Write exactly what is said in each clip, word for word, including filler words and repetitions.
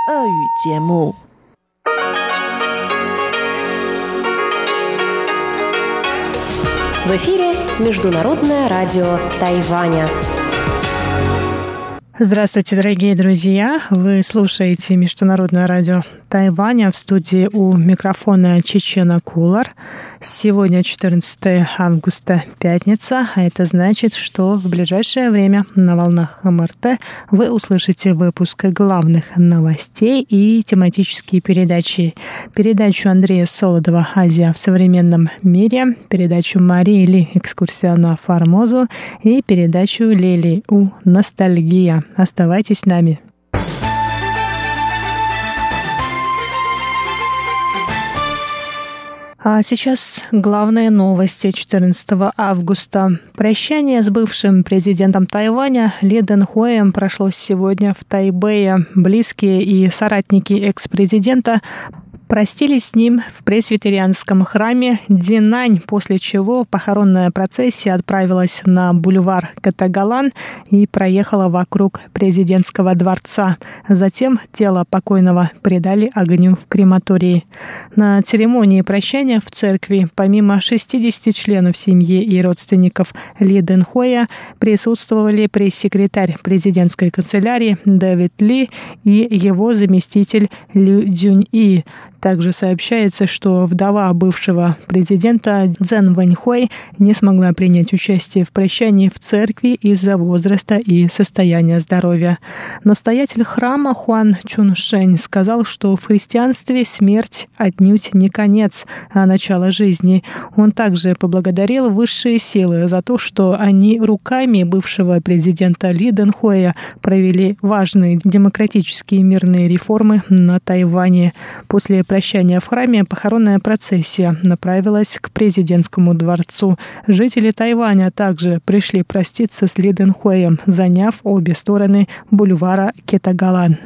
俄语节目。 В эфире Международное радио Тайваня. Здравствуйте, дорогие друзья! Вы слушаете Международное радио Тайваня. В студии у микрофона Чечена Кулар. Сегодня четырнадцатое августа, пятница, а это значит, что в ближайшее время на волнах эм эр тэ вы услышите выпуск главных новостей и тематические передачи. Передачу Андрея Солодова «Азия в современном мире», передачу Марии Ли «Экскурсия на Формозу» и передачу Лили У «Ностальгия». Оставайтесь с нами. А сейчас главные новости четырнадцатого августа. Прощание с бывшим президентом Тайваня Ли Дэнхуэем прошло сегодня в Тайбэе. Близкие и соратники экс-президента простились с ним в пресвитерианском храме Динань, после чего похоронная процессия отправилась на бульвар Кэтагалан и проехала вокруг президентского дворца. Затем тело покойного предали огню в крематории. На церемонии прощания в церкви помимо шестидесяти членов семьи и родственников Ли Дэнхуэя присутствовали пресс-секретарь президентской канцелярии Дэвид Ли и его заместитель Лю Цзюньи. Также сообщается, что вдова бывшего президента Цзэн Вэньхуэй не смогла принять участие в прощании в церкви из-за возраста и состояния здоровья. Настоятель храма Хуан Чуншэнь сказал, что в христианстве смерть отнюдь не конец, а начало жизни. Он также поблагодарил высшие силы за то, что они руками бывшего президента Ли Дэнхуэя провели важные демократические и мирные реформы на Тайване. После прощания в храме похоронная процессия направилась к президентскому дворцу. Жители Тайваня также пришли проститься с Ли Дэнхуэем, заняв обе стороны бульвара Кэтагалан.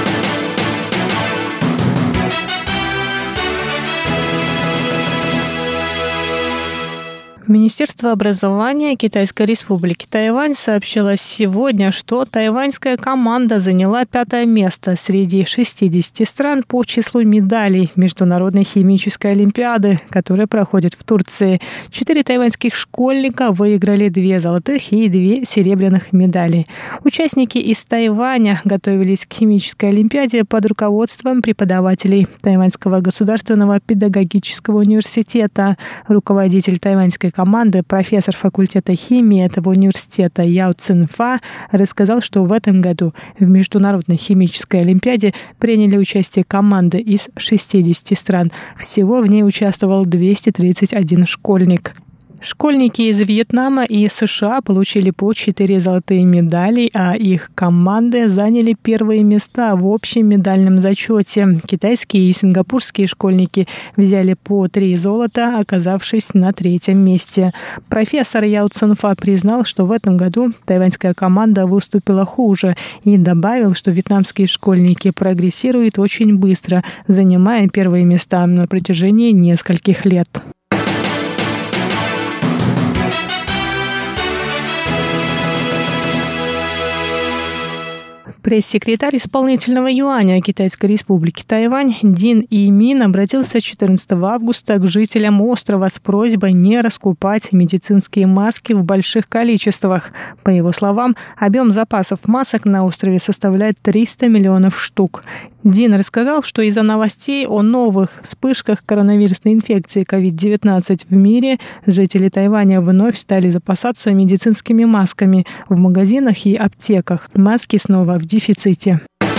Министерство образования Китайской республики Тайвань сообщило сегодня, что тайваньская команда заняла пятое место среди шестидесяти стран по числу медалей Международной химической олимпиады, которая проходит в Турции. Четыре тайваньских школьника выиграли две золотых и две серебряных медали. Участники из Тайваня готовились к химической олимпиаде под руководством преподавателей Тайваньского государственного педагогического университета. Руководитель тайваньской команды, профессор факультета химии этого университета Яо Цинфа, рассказал, что в этом году в Международной химической олимпиаде приняли участие команды из шестидесяти стран. Всего в ней участвовал двести тридцать один школьник. Школьники из Вьетнама и США получили по четыре золотые медали, а их команды заняли первые места в общем медальном зачете. Китайские и сингапурские школьники взяли по три золота, оказавшись на третьем месте. Профессор Яо Цинфа признал, что в этом году тайваньская команда выступила хуже и добавил, что вьетнамские школьники прогрессируют очень быстро, занимая первые места на протяжении нескольких лет. Пресс-секретарь исполнительного юаня Китайской республики Тайвань Дин Имин обратился четырнадцатого августа к жителям острова с просьбой не раскупать медицинские маски в больших количествах. По его словам, объем запасов масок на острове составляет триста миллионов штук. Дин рассказал, что из-за новостей о новых вспышках коронавирусной инфекции ковид девятнадцать в мире жители Тайваня вновь стали запасаться медицинскими масками в магазинах и аптеках. Маски снова в дефиците.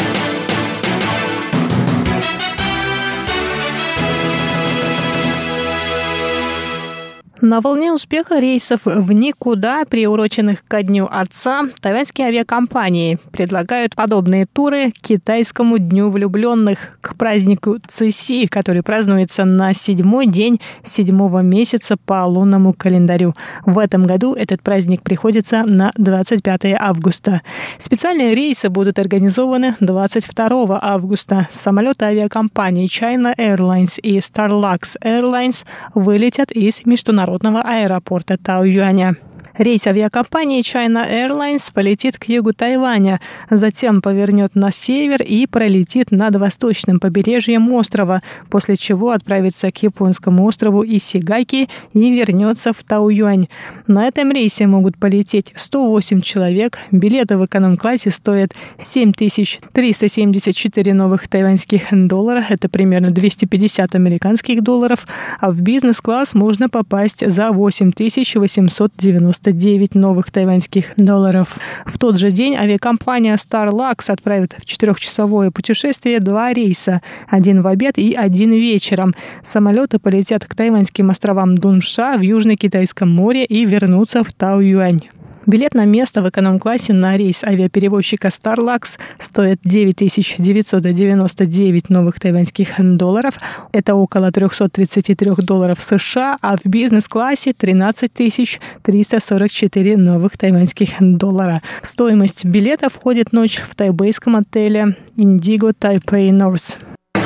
На волне успеха рейсов в никуда, приуроченных ко Дню Отца, тайваньские авиакомпании предлагают подобные туры к китайскому Дню влюбленных, к празднику Цыси, который празднуется на седьмой день седьмого месяца по лунному календарю. В этом году этот праздник приходится на двадцать пятое августа. Специальные рейсы будут организованы двадцать второго августа. Самолеты авиакомпаний China Airlines и Starlux Airlines вылетят из международного аэропорта Таоюаня. Рейс авиакомпании China Airlines полетит к югу Тайваня, затем повернет на север и пролетит над восточным побережьем острова, после чего отправится к японскому острову Исигаки и вернется в Таоюань. На этом рейсе могут полететь сто восемь человек. Билеты в эконом-классе стоят семь тысяч триста семьдесят четыре новых тайваньских доллара, это примерно двести пятьдесят американских долларов, а в бизнес-класс можно попасть за восемь тысяч восемьсот девяносто девять новых тайваньских долларов. В тот же день авиакомпания Starlux отправит в четырехчасовое путешествие два рейса, один в обед и один вечером. Самолеты полетят к тайваньским островам Дунша в Южно-Китайском море и вернутся в Таоюань. Билет на место в эконом-классе на рейс авиаперевозчика Starlux стоит девять тысяч девятьсот девяносто девять новых тайваньских долларов. Это около триста тридцать три долларов США, а в бизнес-классе тринадцать тысяч триста сорок четыре новых тайваньских доллара. В стоимость билета входит ночь в тайбэйском отеле Indigo Taipei North.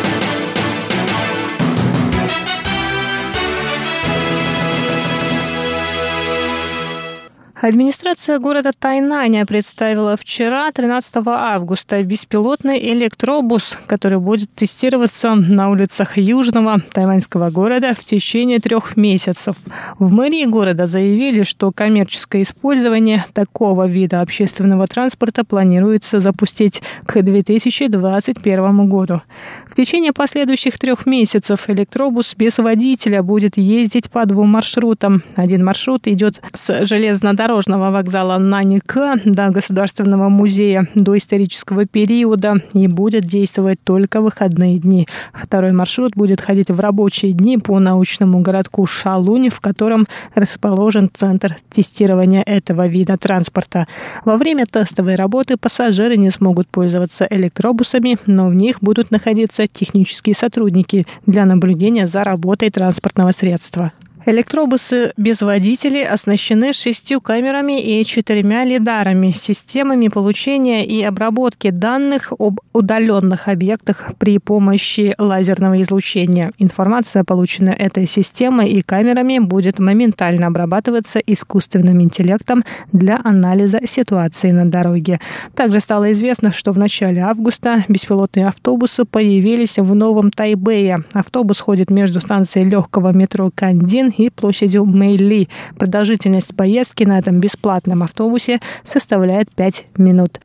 Администрация города Тайнаня представила вчера, тринадцатого августа, беспилотный электробус, который будет тестироваться на улицах южного тайваньского города в течение трех месяцев. В мэрии города заявили, что коммерческое использование такого вида общественного транспорта планируется запустить к две тысячи двадцать первому году. В течение последующих трех месяцев электробус без водителя будет ездить по двум маршрутам. Один маршрут идет с железнодорожного дорожного вокзала Нанька до Государственного музея до исторического периода и будет действовать только в выходные дни. Второй маршрут будет ходить в рабочие дни по научному городку Шалунь, в котором расположен центр тестирования этого вида транспорта. Во время тестовой работы пассажиры не смогут пользоваться электробусами, но в них будут находиться технические сотрудники для наблюдения за работой транспортного средства. Электробусы без водителей оснащены шестью камерами и четырьмя лидарами, системами получения и обработки данных об удаленных объектах при помощи лазерного излучения. Информация, полученная этой системой и камерами, будет моментально обрабатываться искусственным интеллектом для анализа ситуации на дороге. Также стало известно, что в начале августа беспилотные автобусы появились в Новом Тайбэе. Автобус ходит между станцией легкого метро Кандин и площадью Мэйли. Продолжительность поездки на этом бесплатном автобусе составляет пять минут.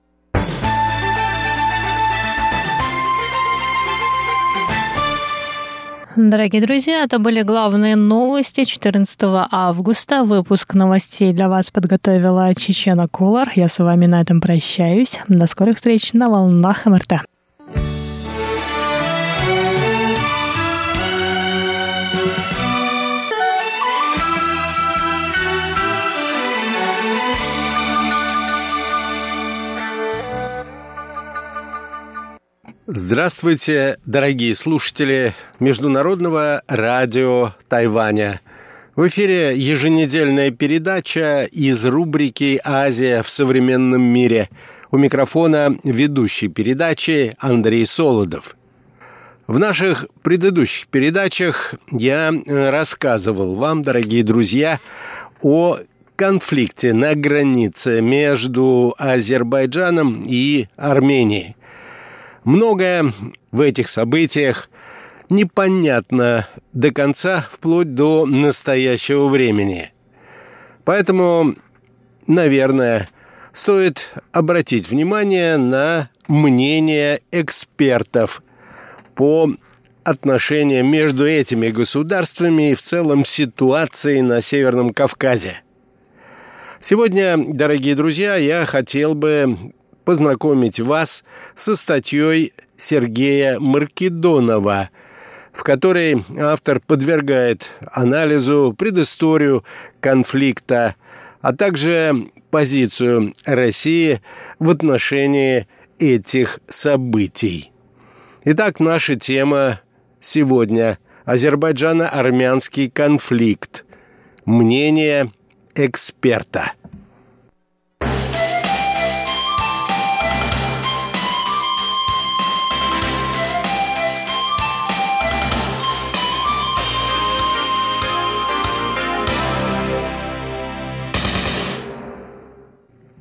Дорогие друзья, это были главные новости четырнадцатого августа. Выпуск новостей для вас подготовила Чечена Кулар. Я с вами на этом прощаюсь. До скорых встреч на волнах МРТ. Здравствуйте, дорогие слушатели Международного радио Тайваня. В эфире еженедельная передача из рубрики «Азия в современном мире». У микрофона ведущий передачи Андрей Солодов. В наших предыдущих передачах я рассказывал вам, дорогие друзья, о конфликте на границе между Азербайджаном и Арменией. Многое в этих событиях непонятно до конца, вплоть до настоящего времени. Поэтому, наверное, стоит обратить внимание на мнение экспертов по отношениям между этими государствами и в целом ситуации на Северном Кавказе. Сегодня, дорогие друзья, я хотел бы познакомить вас со статьей Сергея Маркедонова, в которой автор подвергает анализу предысторию конфликта, а также позицию России в отношении этих событий. Итак, наша тема сегодня – азербайджано-армянский конфликт. Мнение эксперта.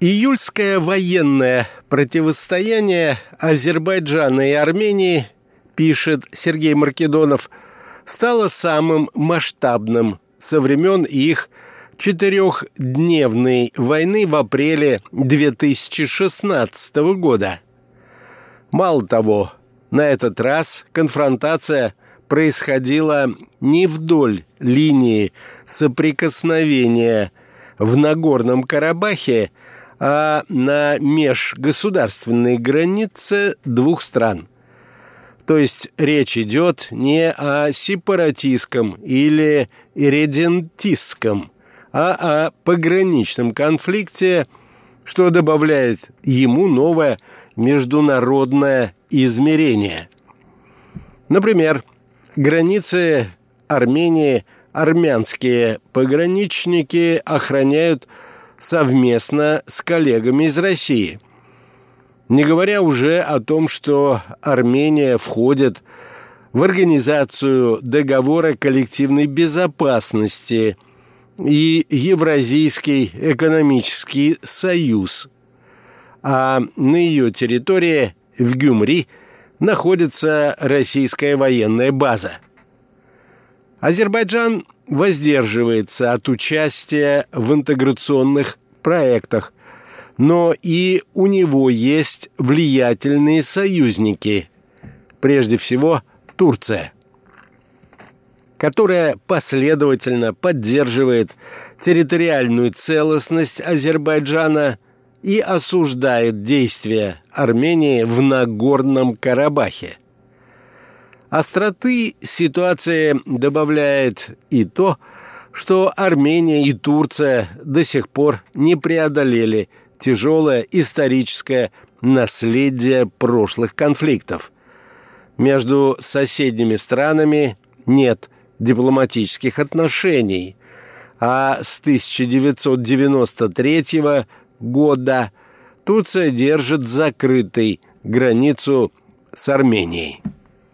Июльское военное противостояние Азербайджана и Армении, пишет Сергей Маркедонов, стало самым масштабным со времен их четырехдневной войны в апреле две тысячи шестнадцатого года. Мало того, на этот раз конфронтация происходила не вдоль линии соприкосновения в Нагорном Карабахе, а на межгосударственной границе двух стран. То есть речь идет не о сепаратистском или ирредентистском, а о пограничном конфликте, что добавляет ему новое международное измерение. Например, границы Армении армянские пограничники охраняют совместно с коллегами из России. Не говоря уже о том, что Армения входит в Организацию договора коллективной безопасности и Евразийский экономический союз, а на ее территории в Гюмри находится российская военная база. Азербайджан воздерживается от участия в интеграционных проектах, но и у него есть влиятельные союзники, прежде всего Турция, которая последовательно поддерживает территориальную целостность Азербайджана и осуждает действия Армении в Нагорном Карабахе. Остроты ситуации добавляет и то, что Армения и Турция до сих пор не преодолели тяжелое историческое наследие прошлых конфликтов. Между соседними странами нет дипломатических отношений, а с тысяча девятьсот девяносто третьего года Турция держит закрытой границу с Арменией.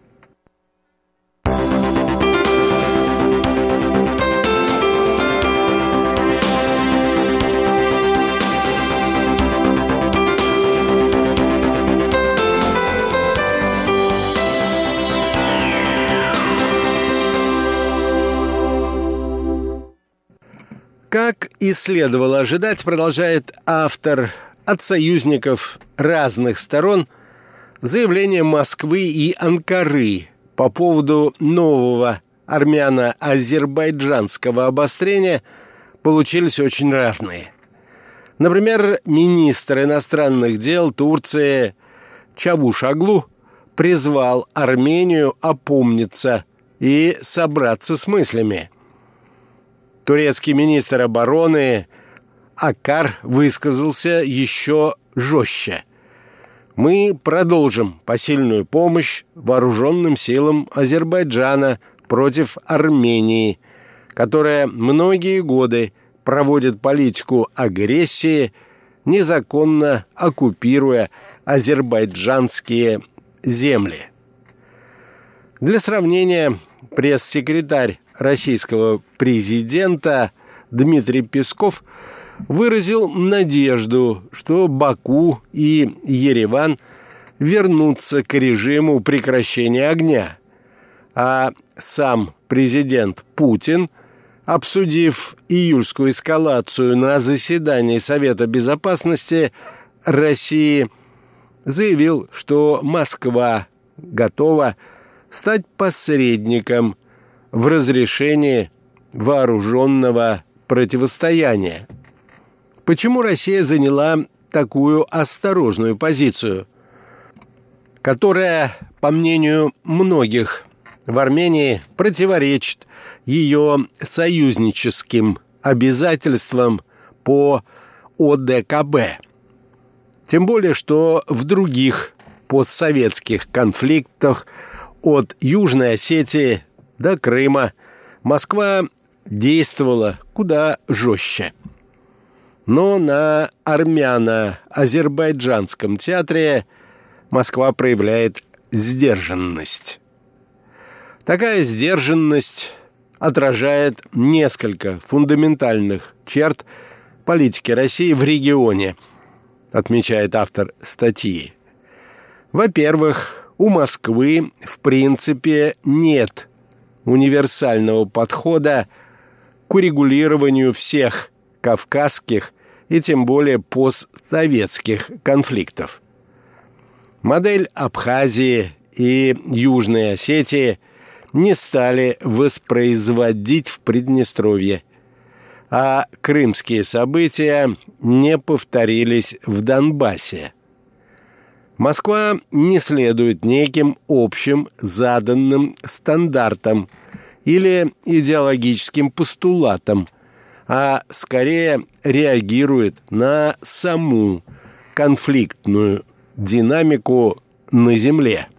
Как и следовало ожидать, продолжает автор, от союзников разных сторон заявления Москвы и Анкары по поводу нового армяно-азербайджанского обострения получились очень разные. Например, министр иностранных дел Турции Чавушоглу призвал Армению опомниться и собраться с мыслями. Турецкий министр обороны Акар высказался еще жестче. «Мы продолжим посильную помощь вооруженным силам Азербайджана против Армении, которая многие годы проводит политику агрессии, незаконно оккупируя азербайджанские земли». Для сравнения, пресс-секретарь российского президента Дмитрий Песков выразил надежду, что Баку и Ереван вернутся к режиму прекращения огня, а сам президент Путин, обсудив июльскую эскалацию на заседании Совета Безопасности России, заявил, что Москва готова стать посредником в разрешении вооруженного противостояния. Почему Россия заняла такую осторожную позицию, которая, по мнению многих в Армении, противоречит ее союзническим обязательствам по О Дэ Ка Бэ? Тем более, что в других постсоветских конфликтах от Южной Осетии до Крыма Москва действовала куда жестче. Но на армяно-азербайджанском театре Москва проявляет сдержанность. Такая сдержанность отражает несколько фундаментальных черт политики России в регионе, отмечает автор статьи. Во-первых, у Москвы в принципе нет универсального подхода к урегулированию всех кавказских и тем более постсоветских конфликтов. Модель Абхазии и Южной Осетии не стали воспроизводить в Приднестровье, а крымские события не повторились в Донбассе. Москва не следует неким общим заданным стандартам или идеологическим постулатам, а скорее реагирует на саму конфликтную динамику на земле.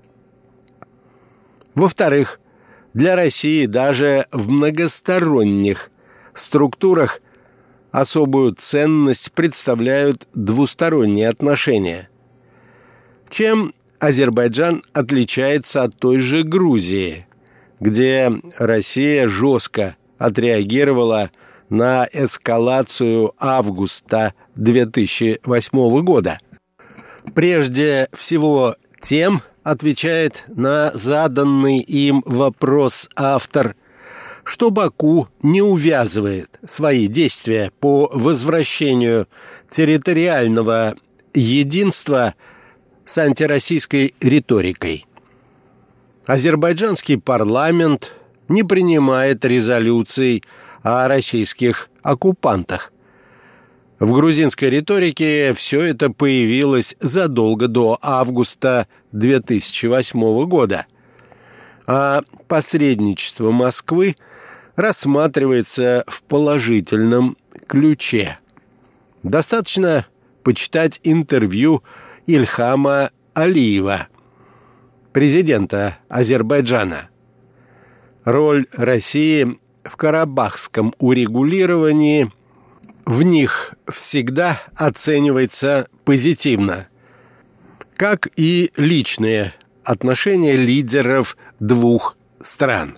Во-вторых, для России даже в многосторонних структурах особую ценность представляют двусторонние отношения. Чем Азербайджан отличается от той же Грузии, где Россия жестко отреагировала на эскалацию августа две тысячи восьмого года? Прежде всего тем, отвечает на заданный им вопрос автор, что Баку не увязывает свои действия по возвращению территориального единства с антироссийской риторикой. Азербайджанский парламент не принимает резолюций о российских оккупантах. В грузинской риторике все это появилось задолго до августа две тысячи восьмого года, а посредничество Москвы рассматривается в положительном ключе. Достаточно почитать интервью Ильхама Алиева, президента Азербайджана. Роль России в карабахском урегулировании в них всегда оценивается позитивно, как и личные отношения лидеров двух стран.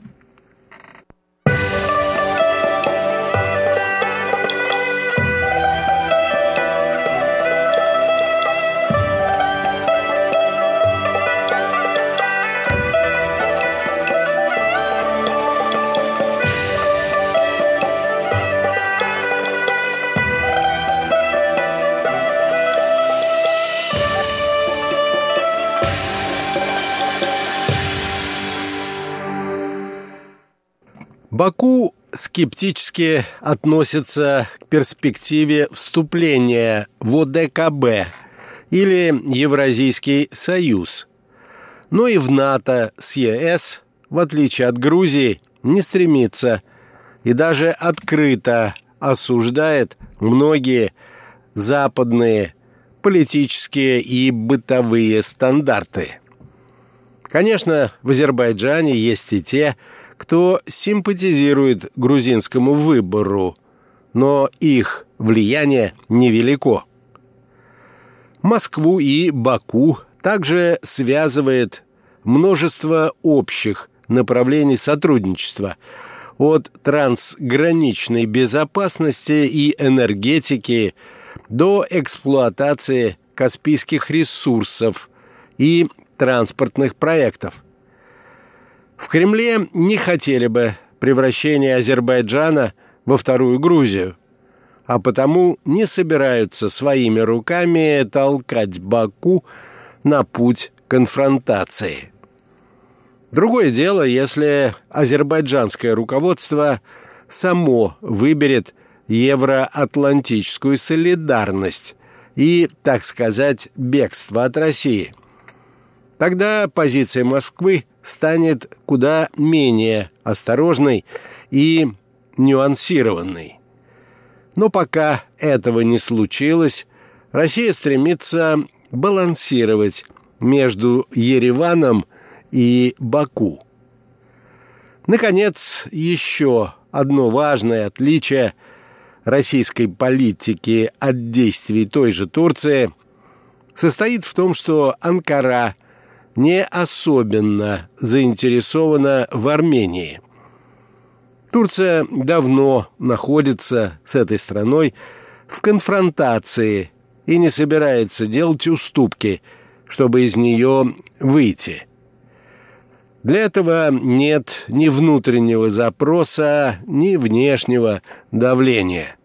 Баку скептически относится к перспективе вступления в о дэ ка бэ или Евразийский союз, но и в НАТО с е эс, в отличие от Грузии, не стремится и даже открыто осуждает многие западные политические и бытовые стандарты. Конечно, в Азербайджане есть и те, кто симпатизирует грузинскому выбору, но их влияние невелико. Москву и Баку также связывает множество общих направлений сотрудничества, от трансграничной безопасности и энергетики до эксплуатации каспийских ресурсов и транспортных проектов. В Кремле не хотели бы превращения Азербайджана во вторую Грузию, а потому не собираются своими руками толкать Баку на путь конфронтации. Другое дело, если азербайджанское руководство само выберет евроатлантическую солидарность и, так сказать, бегство от России. Тогда позиция Москвы станет куда менее осторожной и нюансированной. Но пока этого не случилось, Россия стремится балансировать между Ереваном и Баку. Наконец, еще одно важное отличие российской политики от действий той же Турции состоит в том, что Анкара не особенно заинтересована в Армении. Турция давно находится с этой страной в конфронтации и не собирается делать уступки, чтобы из нее выйти. Для этого нет ни внутреннего запроса, ни внешнего давления.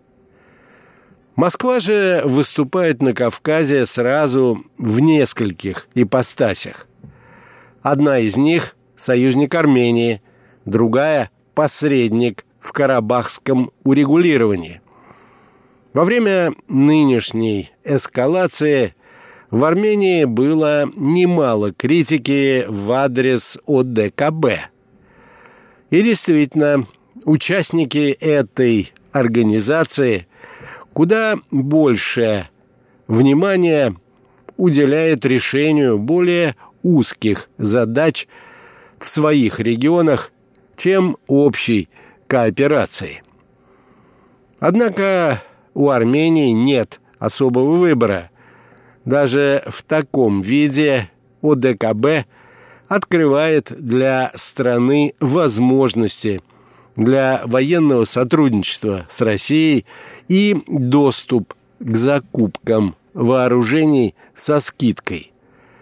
Москва же выступает на Кавказе сразу в нескольких ипостасях. Одна из них – союзник Армении, другая – посредник в карабахском урегулировании. Во время нынешней эскалации в Армении было немало критики в адрес о дэ ка бэ. И действительно, участники этой организации куда больше внимания уделяют решению более узких задач в своих регионах, чем общей кооперации. Однако у Армении нет особого выбора. Даже в таком виде о дэ ка бэ открывает для страны возможности для военного сотрудничества с Россией и доступ к закупкам вооружений со скидкой.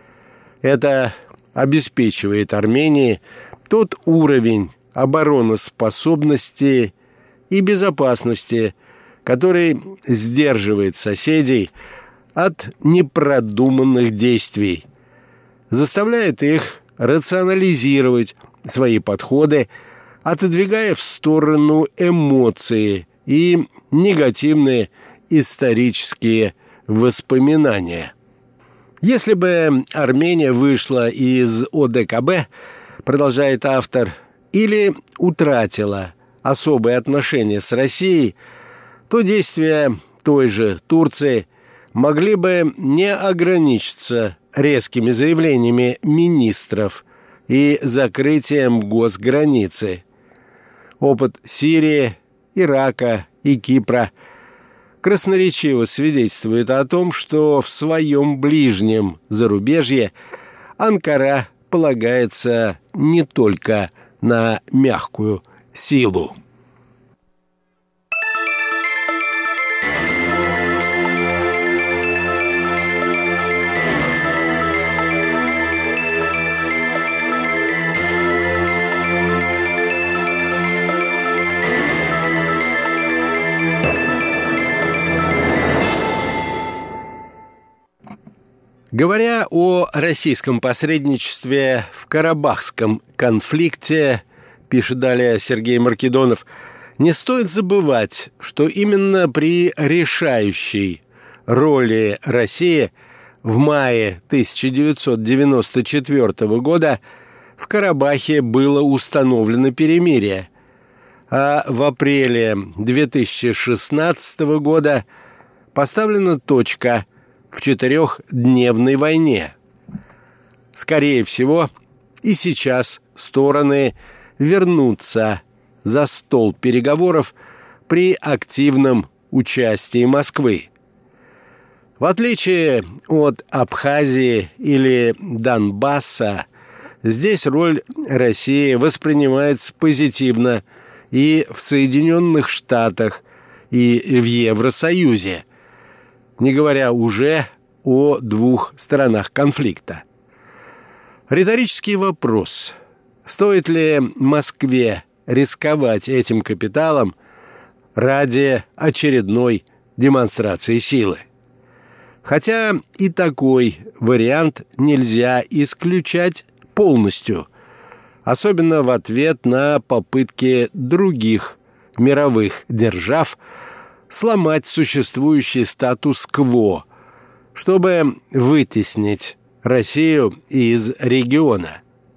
Это обеспечивает Армении тот уровень обороноспособности и безопасности, который сдерживает соседей от непродуманных действий, заставляет их рационализировать свои подходы, отодвигая в сторону эмоции и негативные исторические воспоминания. Если бы Армения вышла из о дэ ка бэ, продолжает автор, или утратила особые отношения с Россией, то действия той же Турции могли бы не ограничиться резкими заявлениями министров и закрытием госграницы. Опыт Сирии, Ирака и Кипра красноречиво свидетельствует о том, что в своем ближнем зарубежье Анкара полагается не только на мягкую силу. Говоря о российском посредничестве в карабахском конфликте, пишет далее Сергей Маркедонов, не стоит забывать, что именно при решающей роли России в мае тысяча девятьсот девяносто четвёртого года в Карабахе было установлено перемирие, а в апреле две тысячи шестнадцатого года поставлена точка в четырехдневной войне. Скорее всего, и сейчас стороны вернутся за стол переговоров при активном участии Москвы. В отличие от Абхазии или Донбасса, здесь роль России воспринимается позитивно и в Соединенных Штатах, и в Евросоюзе, не говоря уже о двух сторонах конфликта. Риторический вопрос: стоит ли Москве рисковать этим капиталом ради очередной демонстрации силы? Хотя и такой вариант нельзя исключать полностью, особенно в ответ на попытки других мировых держав сломать существующий статус-кво, чтобы вытеснить Россию из региона.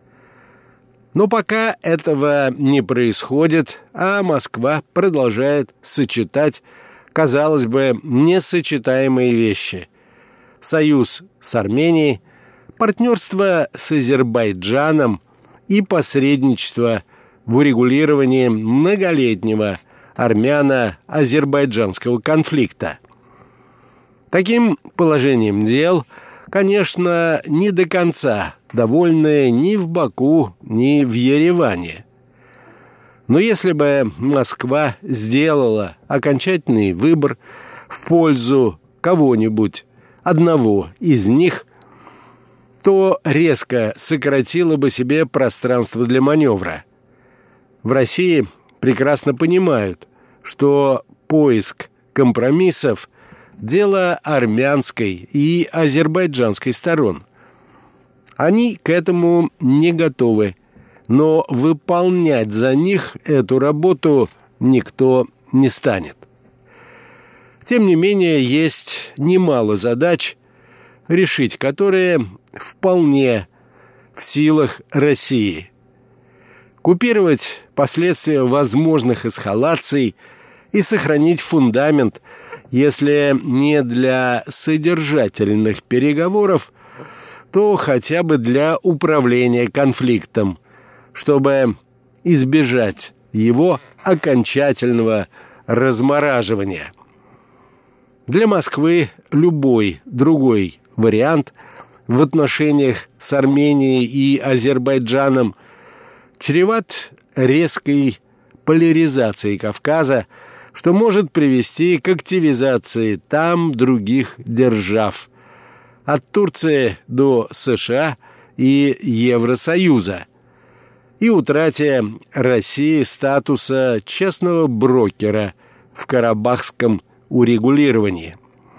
Но пока этого не происходит, а Москва продолжает сочетать, казалось бы, несочетаемые вещи: союз с Арменией, партнерство с Азербайджаном и посредничество в урегулировании многолетнего армяно-азербайджанского конфликта. Таким положением дел, конечно, не до конца довольны ни в Баку, ни в Ереване. Но если бы Москва сделала окончательный выбор в пользу кого-нибудь одного из них, то резко сократило бы себе пространство для маневра. В России прекрасно понимают, что поиск компромиссов – дело армянской и азербайджанской сторон. Они к этому не готовы, но выполнять за них эту работу никто не станет. Тем не менее, есть немало задач, решить которые вполне в силах России. Купировать последствия возможных эскалаций и сохранить фундамент, если не для содержательных переговоров, то хотя бы для управления конфликтом, чтобы избежать его окончательного размораживания. Для Москвы любой другой вариант в отношениях с Арменией и Азербайджаном чреват резкой поляризацией Кавказа, что может привести к активизации там других держав, от Турции до США и Евросоюза, и утрате России статуса честного брокера в карабахском урегулировании.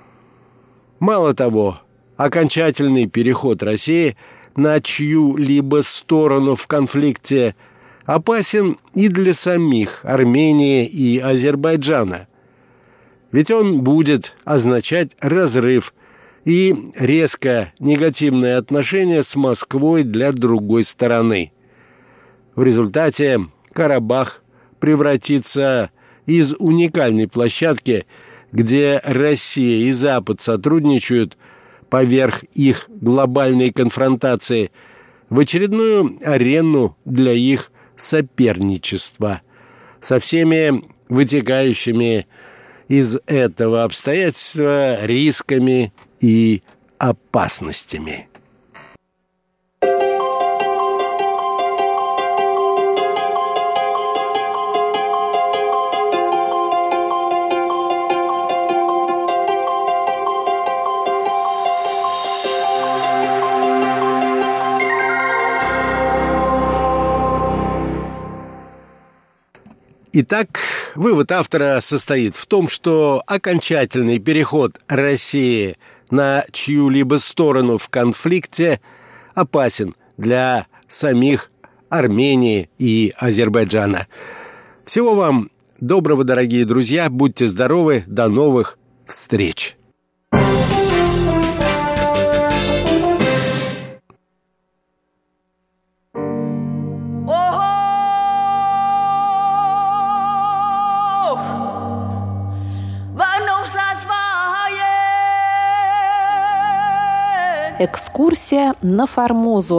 Мало того, окончательный переход России на чью-либо сторону в конфликте опасен и для самих Армении и Азербайджана. Ведь он будет означать разрыв и резко негативное отношение с Москвой для другой стороны. В результате Карабах превратится из уникальной площадки, где Россия и Запад сотрудничают поверх их глобальной конфронтации, в очередную арену для их соперничества со всеми вытекающими из этого обстоятельства рисками и опасностями. Итак, вывод автора состоит в том, что окончательный переход России на чью-либо сторону в конфликте опасен для самих Армении и Азербайджана. Всего вам доброго, дорогие друзья, будьте здоровы, до новых встреч! Экскурсия на Формозу.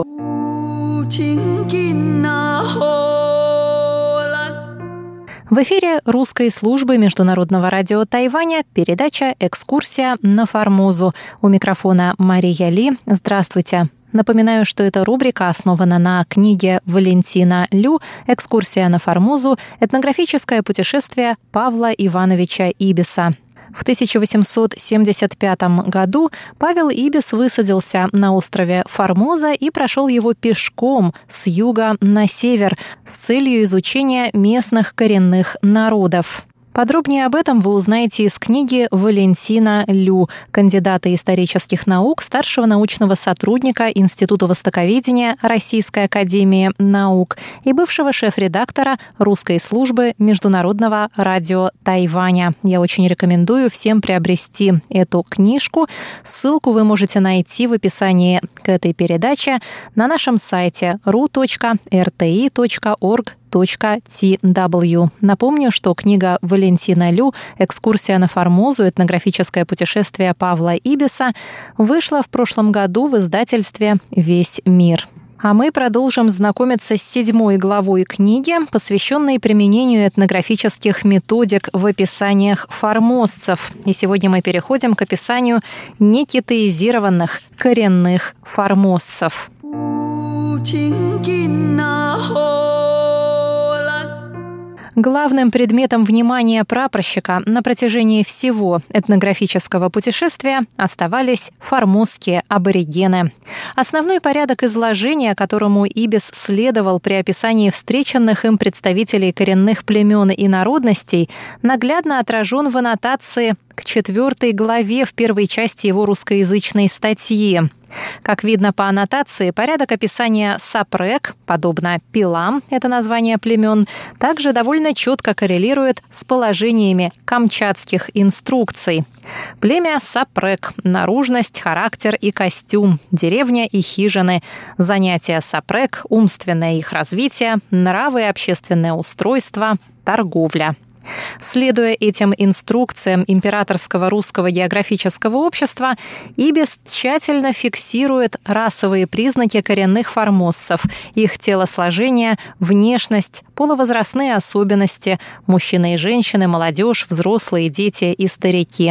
В эфире русской службы Международного радио Тайваня передача «Экскурсия на Формозу». У микрофона Мария Ли. Здравствуйте. Напоминаю, что эта рубрика основана на книге Валентина Лю «Экскурсия на Формозу. Этнографическое путешествие Павла Ивановича Ибиса». В тысяча восемьсот семьдесят пятом году Павел Ибис высадился на острове Формоза и прошел его пешком с юга на север с целью изучения местных коренных народов. Подробнее об этом вы узнаете из книги Валентина Лю, кандидата исторических наук, старшего научного сотрудника Института востоковедения Российской академии наук и бывшего шеф-редактора русской службы Международного радио Тайваня. Я очень рекомендую всем приобрести эту книжку. Ссылку вы можете найти в описании к этой передаче на нашем сайте ру точка эр тэ и точка орг точка ти дабл ю. Напомню, что книга Валентина Лю «Экскурсия на Формозу. Этнографическое путешествие Павла Ибиса» вышла в прошлом году в издательстве «Весь мир». А мы продолжим знакомиться с седьмой главой книги, посвященной применению этнографических методик в описаниях формозцев. И сегодня мы переходим к описанию некитаизированных коренных формозцев. Главным предметом внимания прапорщика на протяжении всего этнографического путешествия оставались формозские аборигены. Основной порядок изложения, которому Ибис следовал при описании встреченных им представителей коренных племен и народностей, наглядно отражен в аннотации к четвертой главе в первой части его русскоязычной статьи. Как видно по аннотации, порядок описания сапрек, подобно пилам, это название племен, также довольно четко коррелирует с положениями камчатских инструкций. Племя сапрек – наружность, характер и костюм, деревня и хижины, занятия сапрек, умственное их развитие, нравы и общественное устройство, торговля. Следуя этим инструкциям Императорского русского географического общества, Ибис тщательно фиксирует расовые признаки коренных формоссов, их телосложение, внешность, полувозрастные особенности, мужчины и женщины, молодежь, взрослые, дети и старики.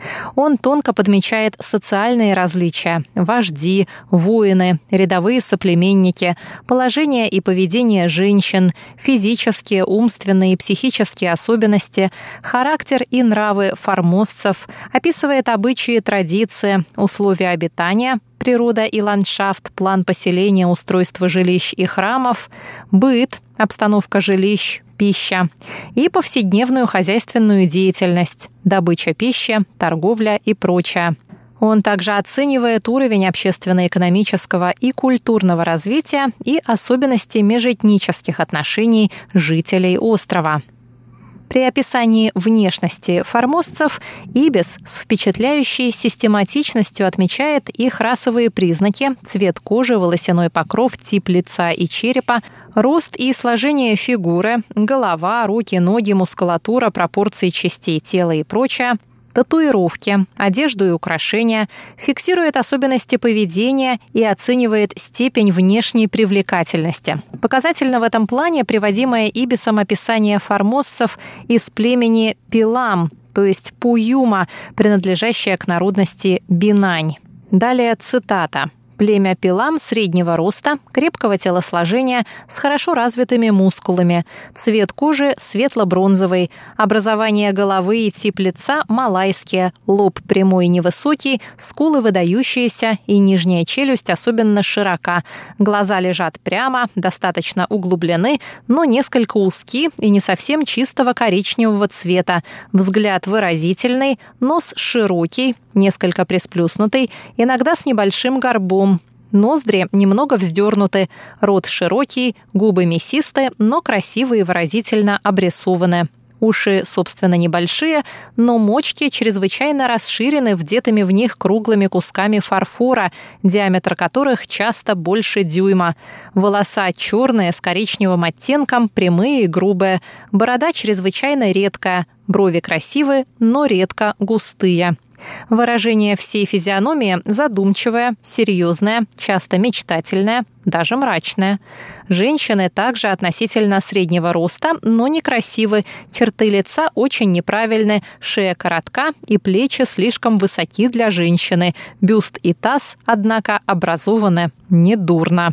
Он тонко подмечает социальные различия – вожди, воины, рядовые соплеменники, положение и поведение женщин, физические, умственные и психические особенности, характер и нравы формоссов, описывает обычаи, традиции, условия обитания, природа и ландшафт, план поселения, устройство жилищ и храмов, быт, обстановка жилищ, пища и повседневную хозяйственную деятельность, добыча пищи, торговля и прочее. Он также оценивает уровень общественно-экономического и культурного развития и особенности межэтнических отношений жителей острова. При описании внешности формоссов Ибис с впечатляющей систематичностью отмечает их расовые признаки, цвет кожи, волосяной покров, тип лица и черепа, рост и сложение фигуры, голова, руки, ноги, мускулатура, пропорции частей тела и прочее, татуировки, одежду и украшения, фиксирует особенности поведения и оценивает степень внешней привлекательности. Показательно в этом плане приводимое Ибисом описание формоссов из племени Пилам, то есть Пуюма, принадлежащее к народности Бинань. Далее цитата. Племя Пилам среднего роста, крепкого телосложения, с хорошо развитыми мускулами. Цвет кожи светло-бронзовый. Образование головы и тип лица малайские. Лоб прямой и невысокий, скулы выдающиеся и нижняя челюсть особенно широка. Глаза лежат прямо, достаточно углублены, но несколько узки и не совсем чистого коричневого цвета. Взгляд выразительный, нос широкий, несколько присплюснутый, иногда с небольшим горбом. Ноздри немного вздернуты, рот широкий, губы мясистые, но красиво и выразительно обрисованы. Уши, собственно, небольшие, но мочки чрезвычайно расширены вдетыми в них круглыми кусками фарфора, диаметр которых часто больше дюйма. Волоса черные с коричневым оттенком, прямые и грубые. Борода чрезвычайно редкая. Брови красивые, но редко густые. Выражение всей физиономии задумчивое, серьезное, часто мечтательное, даже мрачное. Женщины также относительно среднего роста, но некрасивы. Черты лица очень неправильны, шея коротка и плечи слишком высоки для женщины. Бюст и таз, однако, образованы недурно.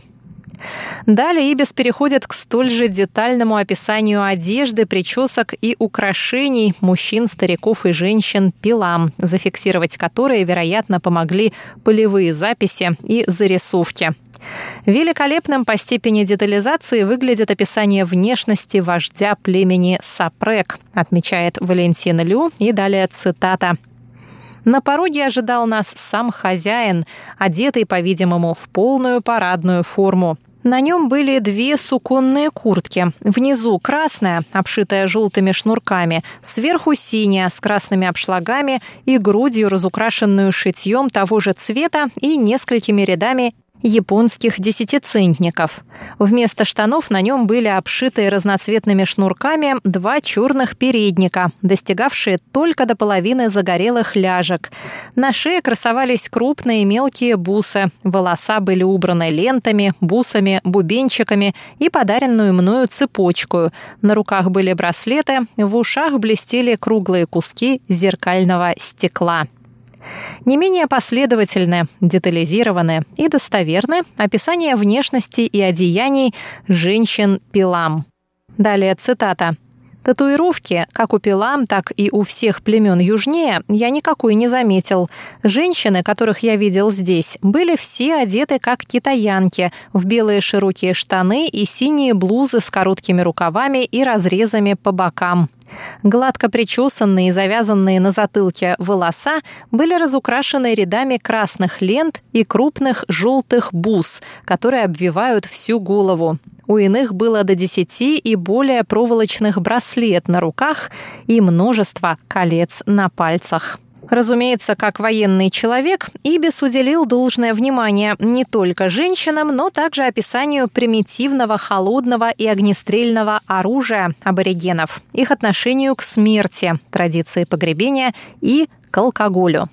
Далее Ибис переходит к столь же детальному описанию одежды, причесок и украшений мужчин, стариков и женщин Пилам, зафиксировать которые, вероятно, помогли полевые записи и зарисовки. Великолепным по степени детализации выглядит описание внешности вождя племени Сапрек, отмечает Валентин Лю, и далее цитата. На пороге ожидал нас сам хозяин, одетый, по-видимому, в полную парадную форму. На нем были две суконные куртки. Внизу красная, обшитая желтыми шнурками, сверху синяя, с красными обшлагами и грудью, разукрашенную шитьем того же цвета и несколькими рядами японских десятицентников. Вместо штанов на нем были обшитые разноцветными шнурками два черных передника, достигавшие только до половины загорелых ляжек. На шее красовались крупные мелкие бусы. Волоса были убраны лентами, бусами, бубенчиками и подаренную мною цепочку. На руках были браслеты, в ушах блестели круглые куски зеркального стекла. Не менее последовательны, детализированы и достоверны описание внешности и одеяний женщин Пилам. Далее цитата. Татуировки, как у пилам, так и у всех племен южнее, я никакой не заметил. Женщины, которых я видел здесь, были все одеты как китаянки, в белые широкие штаны и синие блузы с короткими рукавами и разрезами по бокам. Гладко причесанные и завязанные на затылке волоса были разукрашены рядами красных лент и крупных желтых бус, которые обвивают всю голову. У иных было до десяти и более проволочных браслет на руках и множество колец на пальцах. Разумеется, как военный человек, Ибис уделил должное внимание не только женщинам, но также описанию примитивного холодного и огнестрельного оружия аборигенов, их отношению к смерти, традиции погребения и к алкоголю.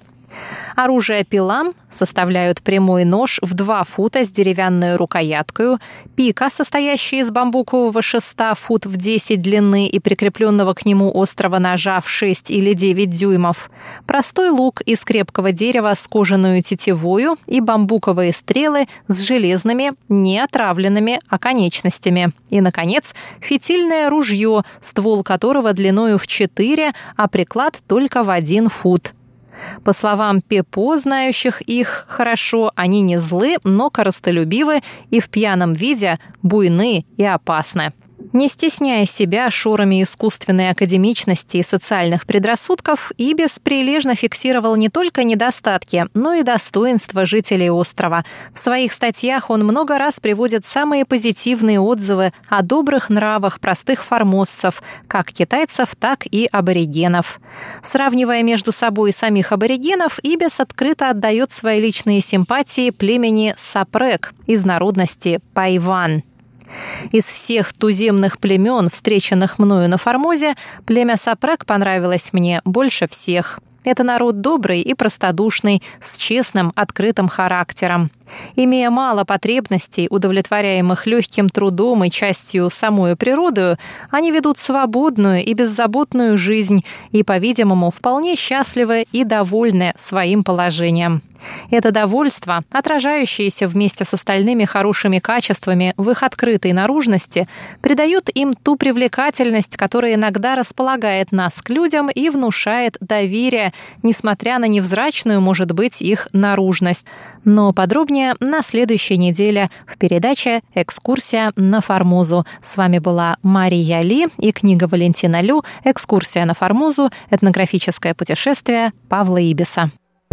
Оружие пилам составляют прямой нож в два фута с деревянной рукояткой, пика, состоящая из бамбукового шеста фут в десять длины и прикрепленного к нему острого ножа в шесть или девять дюймов, простой лук из крепкого дерева с кожаную тетивою и бамбуковые стрелы с железными, неотравленными оконечностями. И, наконец, фитильное ружье, ствол которого длиною в четыре, а приклад только в один фут. По словам Пепо, знающих их хорошо, они не злы, но корыстолюбивы и в пьяном виде буйны и опасны. Не стесняя себя шорами искусственной академичности и социальных предрассудков, Ибис прилежно фиксировал не только недостатки, но и достоинства жителей острова. В своих статьях он много раз приводит самые позитивные отзывы о добрых нравах простых формозцев, как китайцев, так и аборигенов. Сравнивая между собой самих аборигенов, Ибис открыто отдает свои личные симпатии племени Сапрек из народности Пайван. Из всех туземных племен, встреченных мною на Формозе, племя Сапрек понравилось мне больше всех. Это народ добрый и простодушный, с честным, открытым характером. Имея мало потребностей, удовлетворяемых легким трудом и частью самой природою, они ведут свободную и беззаботную жизнь и, по-видимому, вполне счастливы и довольны своим положением. Это довольство, отражающееся вместе с остальными хорошими качествами в их открытой наружности, придает им ту привлекательность, которая иногда располагает нас к людям и внушает доверие, несмотря на невзрачную, может быть, их наружность. Но подробнее на следующей неделе в передаче «Экскурсия на Формозу». С вами была Мария Ли и книга Валентина Лю «Экскурсия на Формозу. Этнографическое путешествие Павла Ибиса».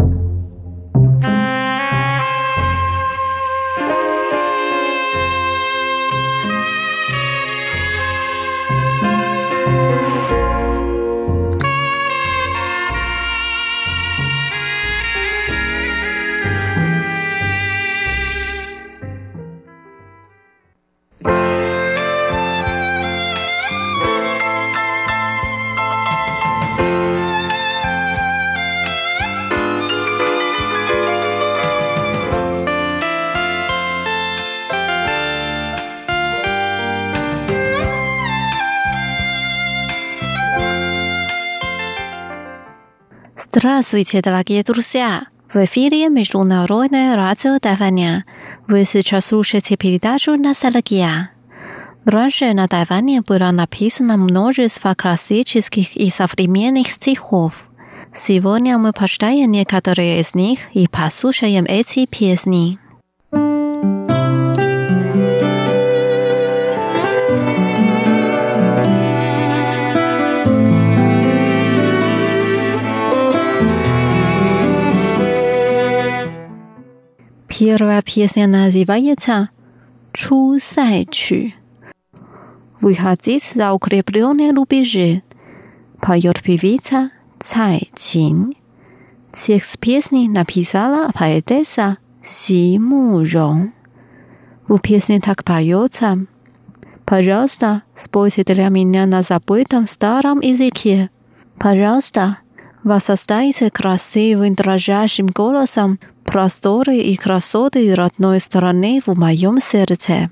Здравствуйте, дорогие друзья! В эфире Международное радио Тайваня. Вы сейчас слушаете передачу «Ностальгия». Раньше на Тайване было написано множество классических и современных стихов. Сегодня мы почитаем некоторые из них и послушаем эти песни. Первая песня называется «Чу сай чу». «Выходить за укрепленные рубежи», поет певица Цай Чин. Текст песни написала поэтесса Си Му Рong. В песне так поется: «Пожалуйста, спойте для меня на забытом старом языке. Пожалуйста, воссоздайте красивым дрожащим голосом просторы и красоты родной страны в моем сердце».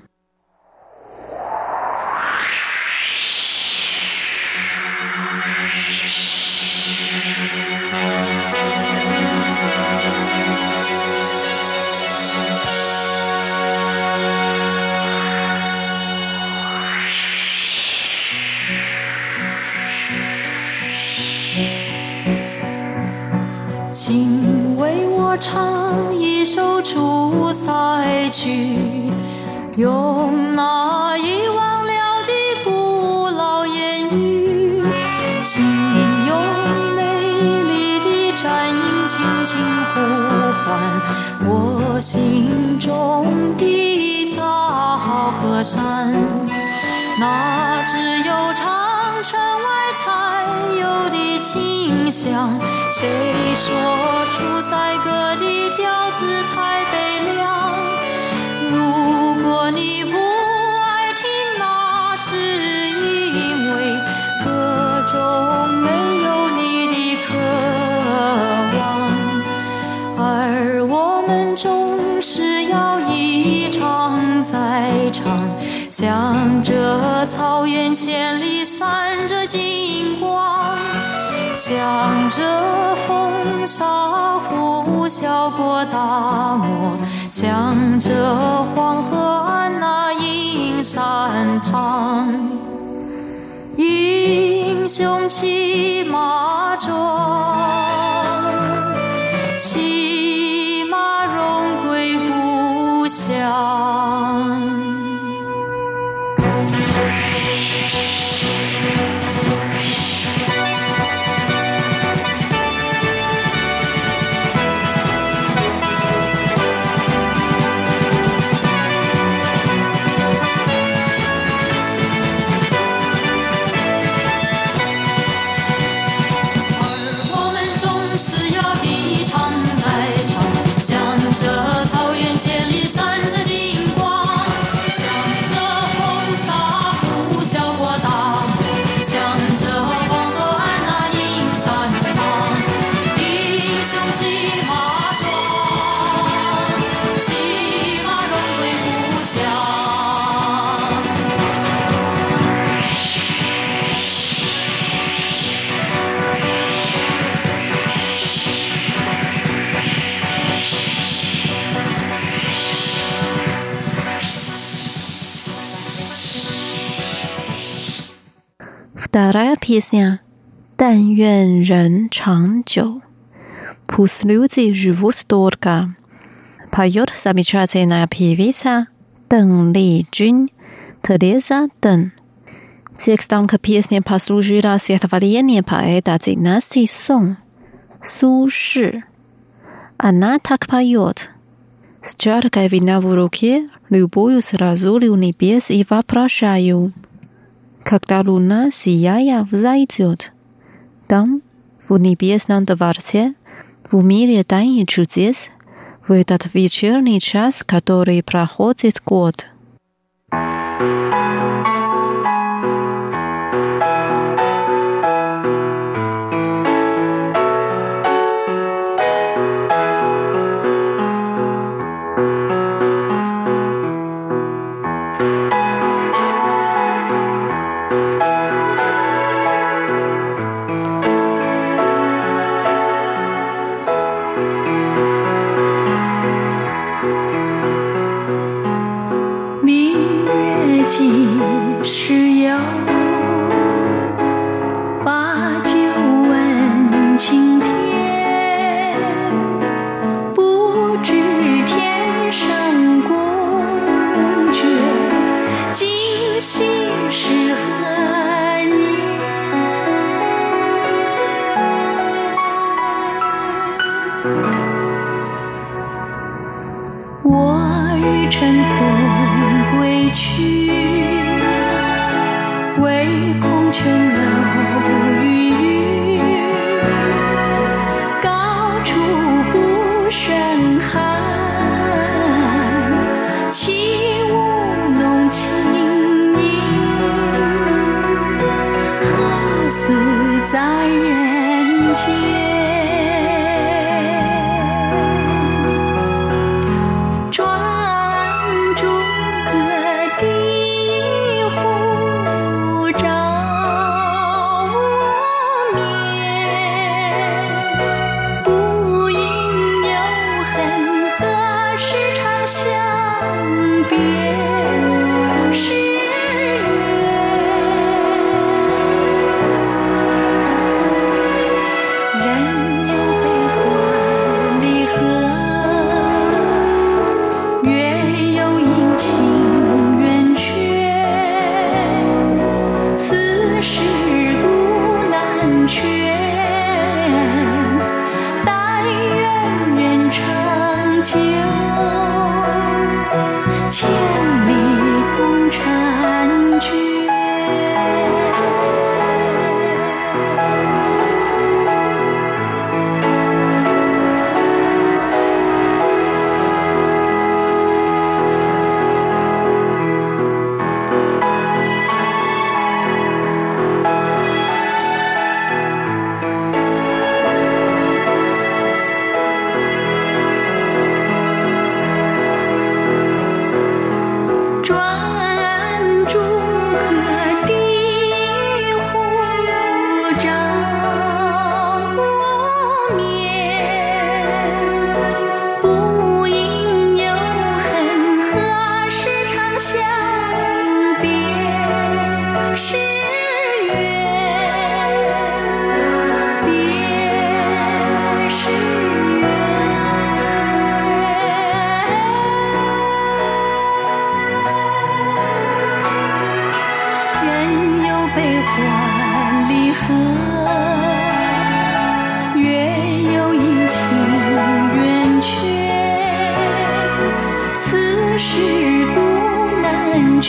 我唱一首出塞曲，用那遗忘了的古老言语，请用美丽的战音轻轻呼唤我心中的大河山。那只有长城外才有的清香，谁说出塞歌的调子太悲凉？如果你不爱听，那是因为歌中没有你的渴望，而我们总是要一唱再唱，向着草原千里闪着金光，向着风沙呼啸过大漠，向着黄河岸那阴山旁。英雄骑马壮，骑马荣归故乡。 Вторая песня «但愿人长久». Пусть люди живут долго. Поет замечательная певица Дэн Ли Джун, Тереза Дэн. Текстом к песне послужило стихотворение поэта династии Сон Су Ши. Она так поет: «С чаркой вина в руке, любуюсь разулью небес и вопрошаю, когда луна, сияя, взойдет, там, в небесном дворце, в мире тайн и чудес, в этот вечерний час, который проходит год». 悲欢离合，月有阴晴圆缺，此事古难全，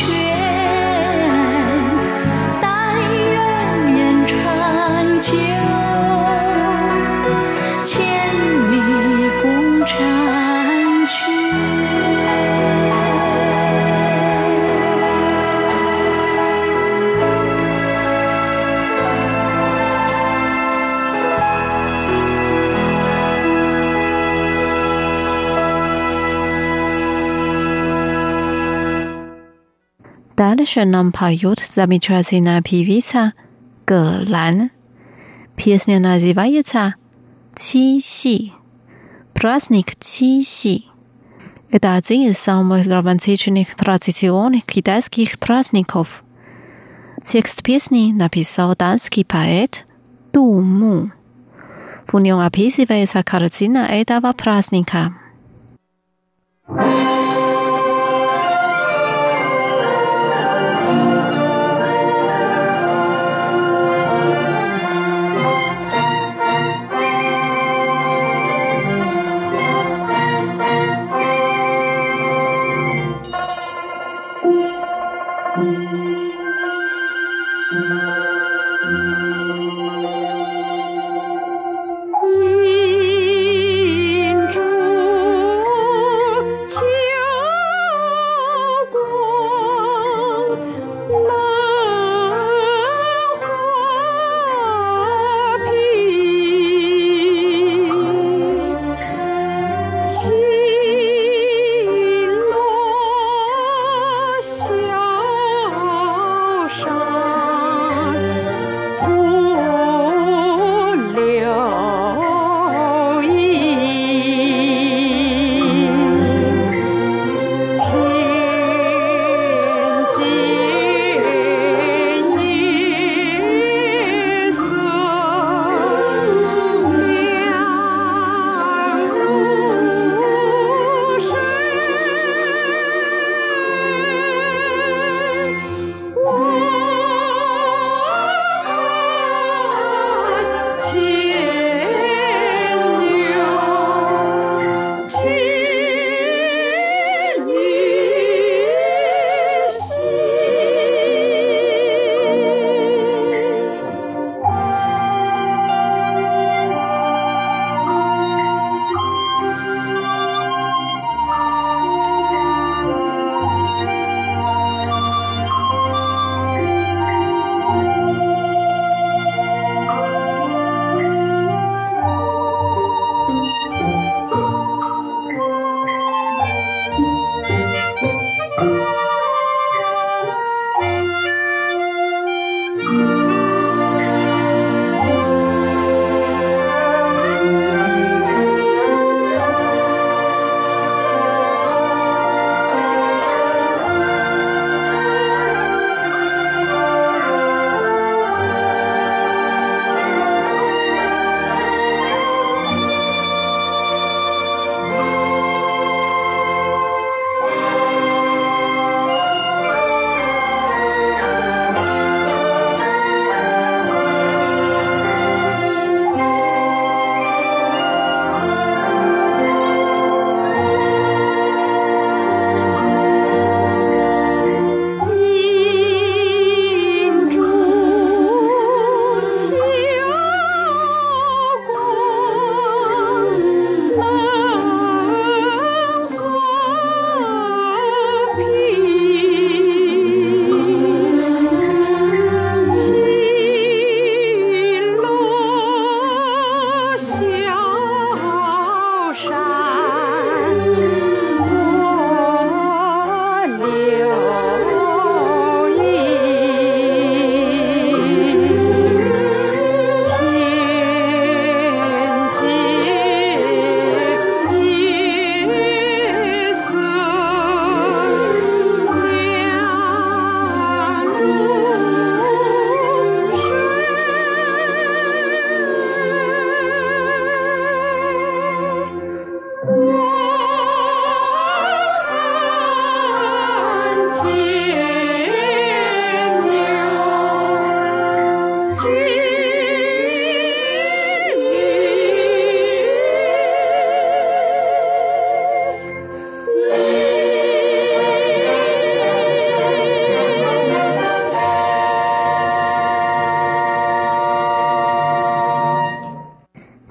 但愿人长久，千里共婵娟。 Дальше нам поет замечательная певица Гэлань. Песня называется «Qixi». Праздник Qixi. Это один из самых романтичных традиционных китайских праздников. Текст песни написал датский поэт Ду Му. В нем описывается картина этого праздника. Oh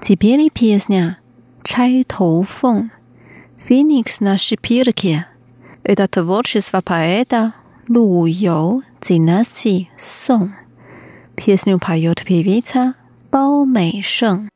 Теперь песня «Чай头凤» «Феникс на шпильке». Это творчество поэта Лу Ю династии Сон. Песню поет певица Бао Мэйшэн.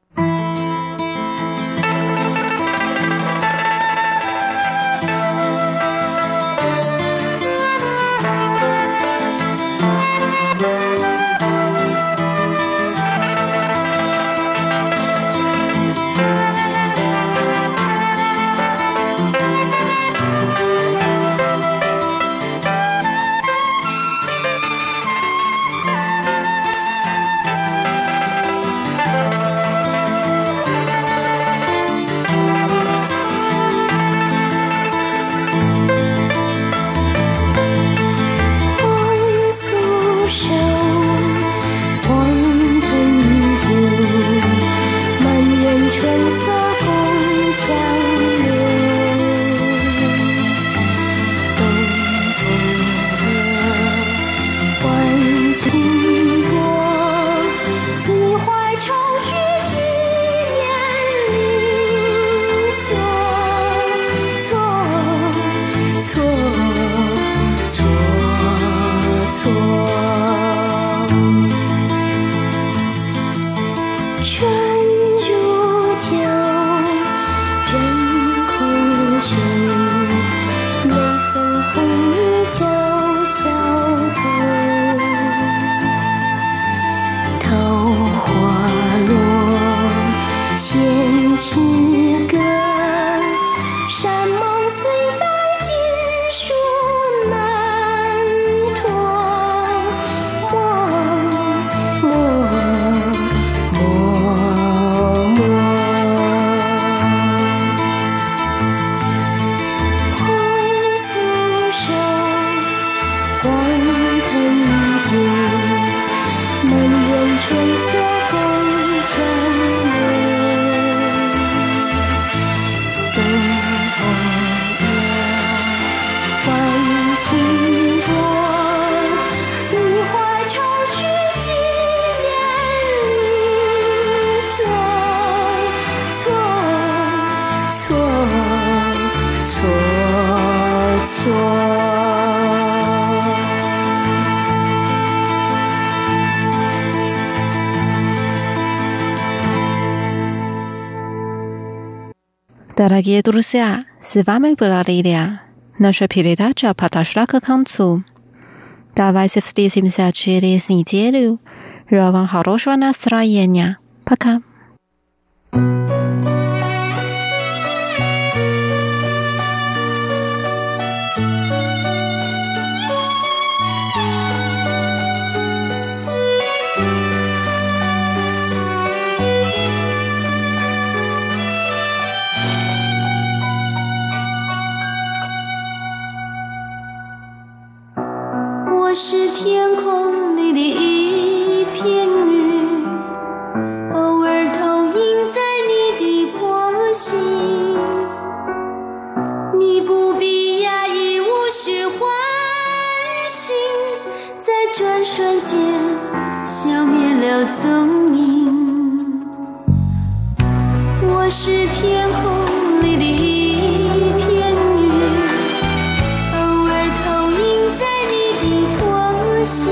Дорогие друзья, с вами была Лилия. Наша передача подошла к концу. Давайте встретимся через неделю. Желаю вам хорошего настроения. Пока. 我是天空里的一片云，偶尔投影在你的波心。你不必压抑，无需欢喜，在转瞬间消灭了踪影。我是天空里的一片云，偶尔投影在心，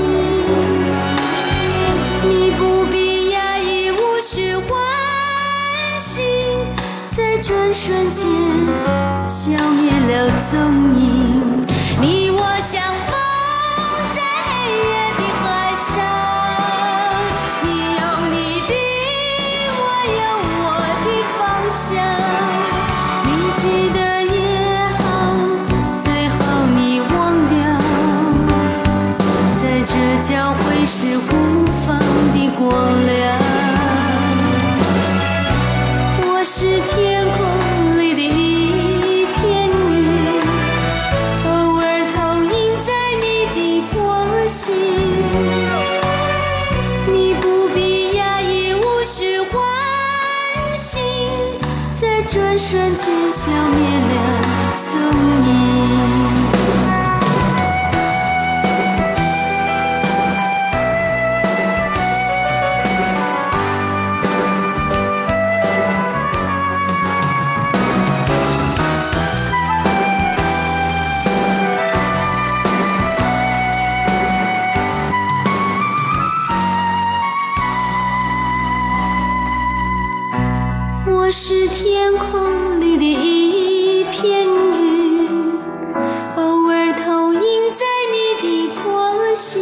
你不必压抑，无需欢喜，在转瞬间消灭了踪影。你我相逢在黑夜的海上，你有你的，我有我的方向。你记得也好，最后你忘掉，这交会是无方的光亮。我是天空里的一片云，偶尔投影在你的波心。你不必压抑，无需欢喜，在转瞬间消灭了踪影。 我是天空里的一片云，偶尔投影在你的波心。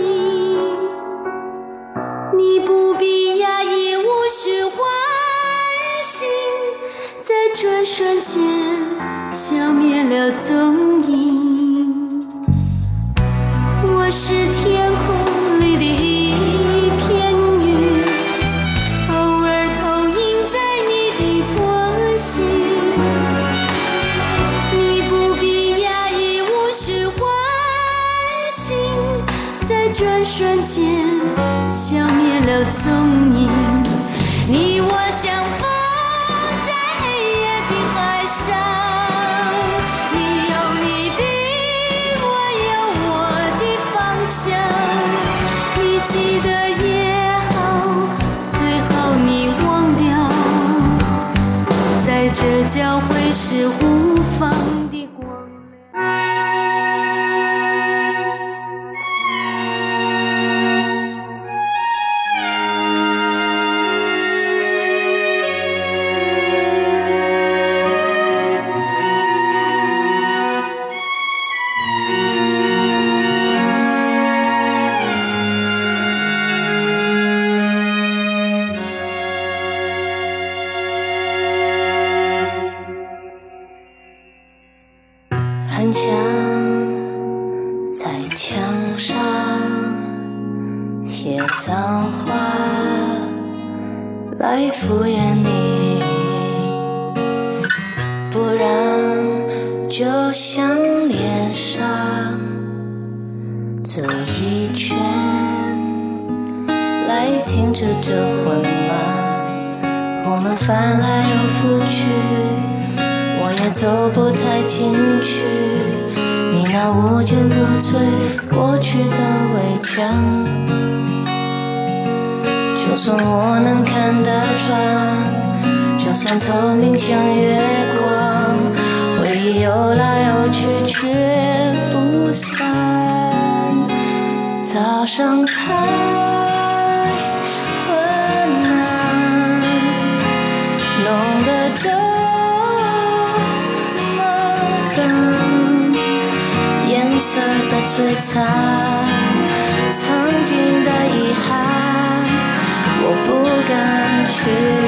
你不必压抑，无需欢喜，在转瞬间消灭了踪影。我是天空里的一片云，偶尔投影在你的波心。你不必压抑，无需欢喜，在转瞬间消灭了踪影。你我相逢在黑夜的海上，你有你的，我有我的方向。你记得也好，最好你忘掉，在这交汇时互放的光亮。很想在墙上写脏话来敷衍你，不然就像脸上走一圈来停止这混乱。我们翻来又覆去，我也走不太进去，你那无坚不摧过去的围墙。就算我能看得穿，就算透明像月光，回忆游来游去却不散。早上太昏暗，弄得这颜色的摧残，曾经的遗憾，我不敢去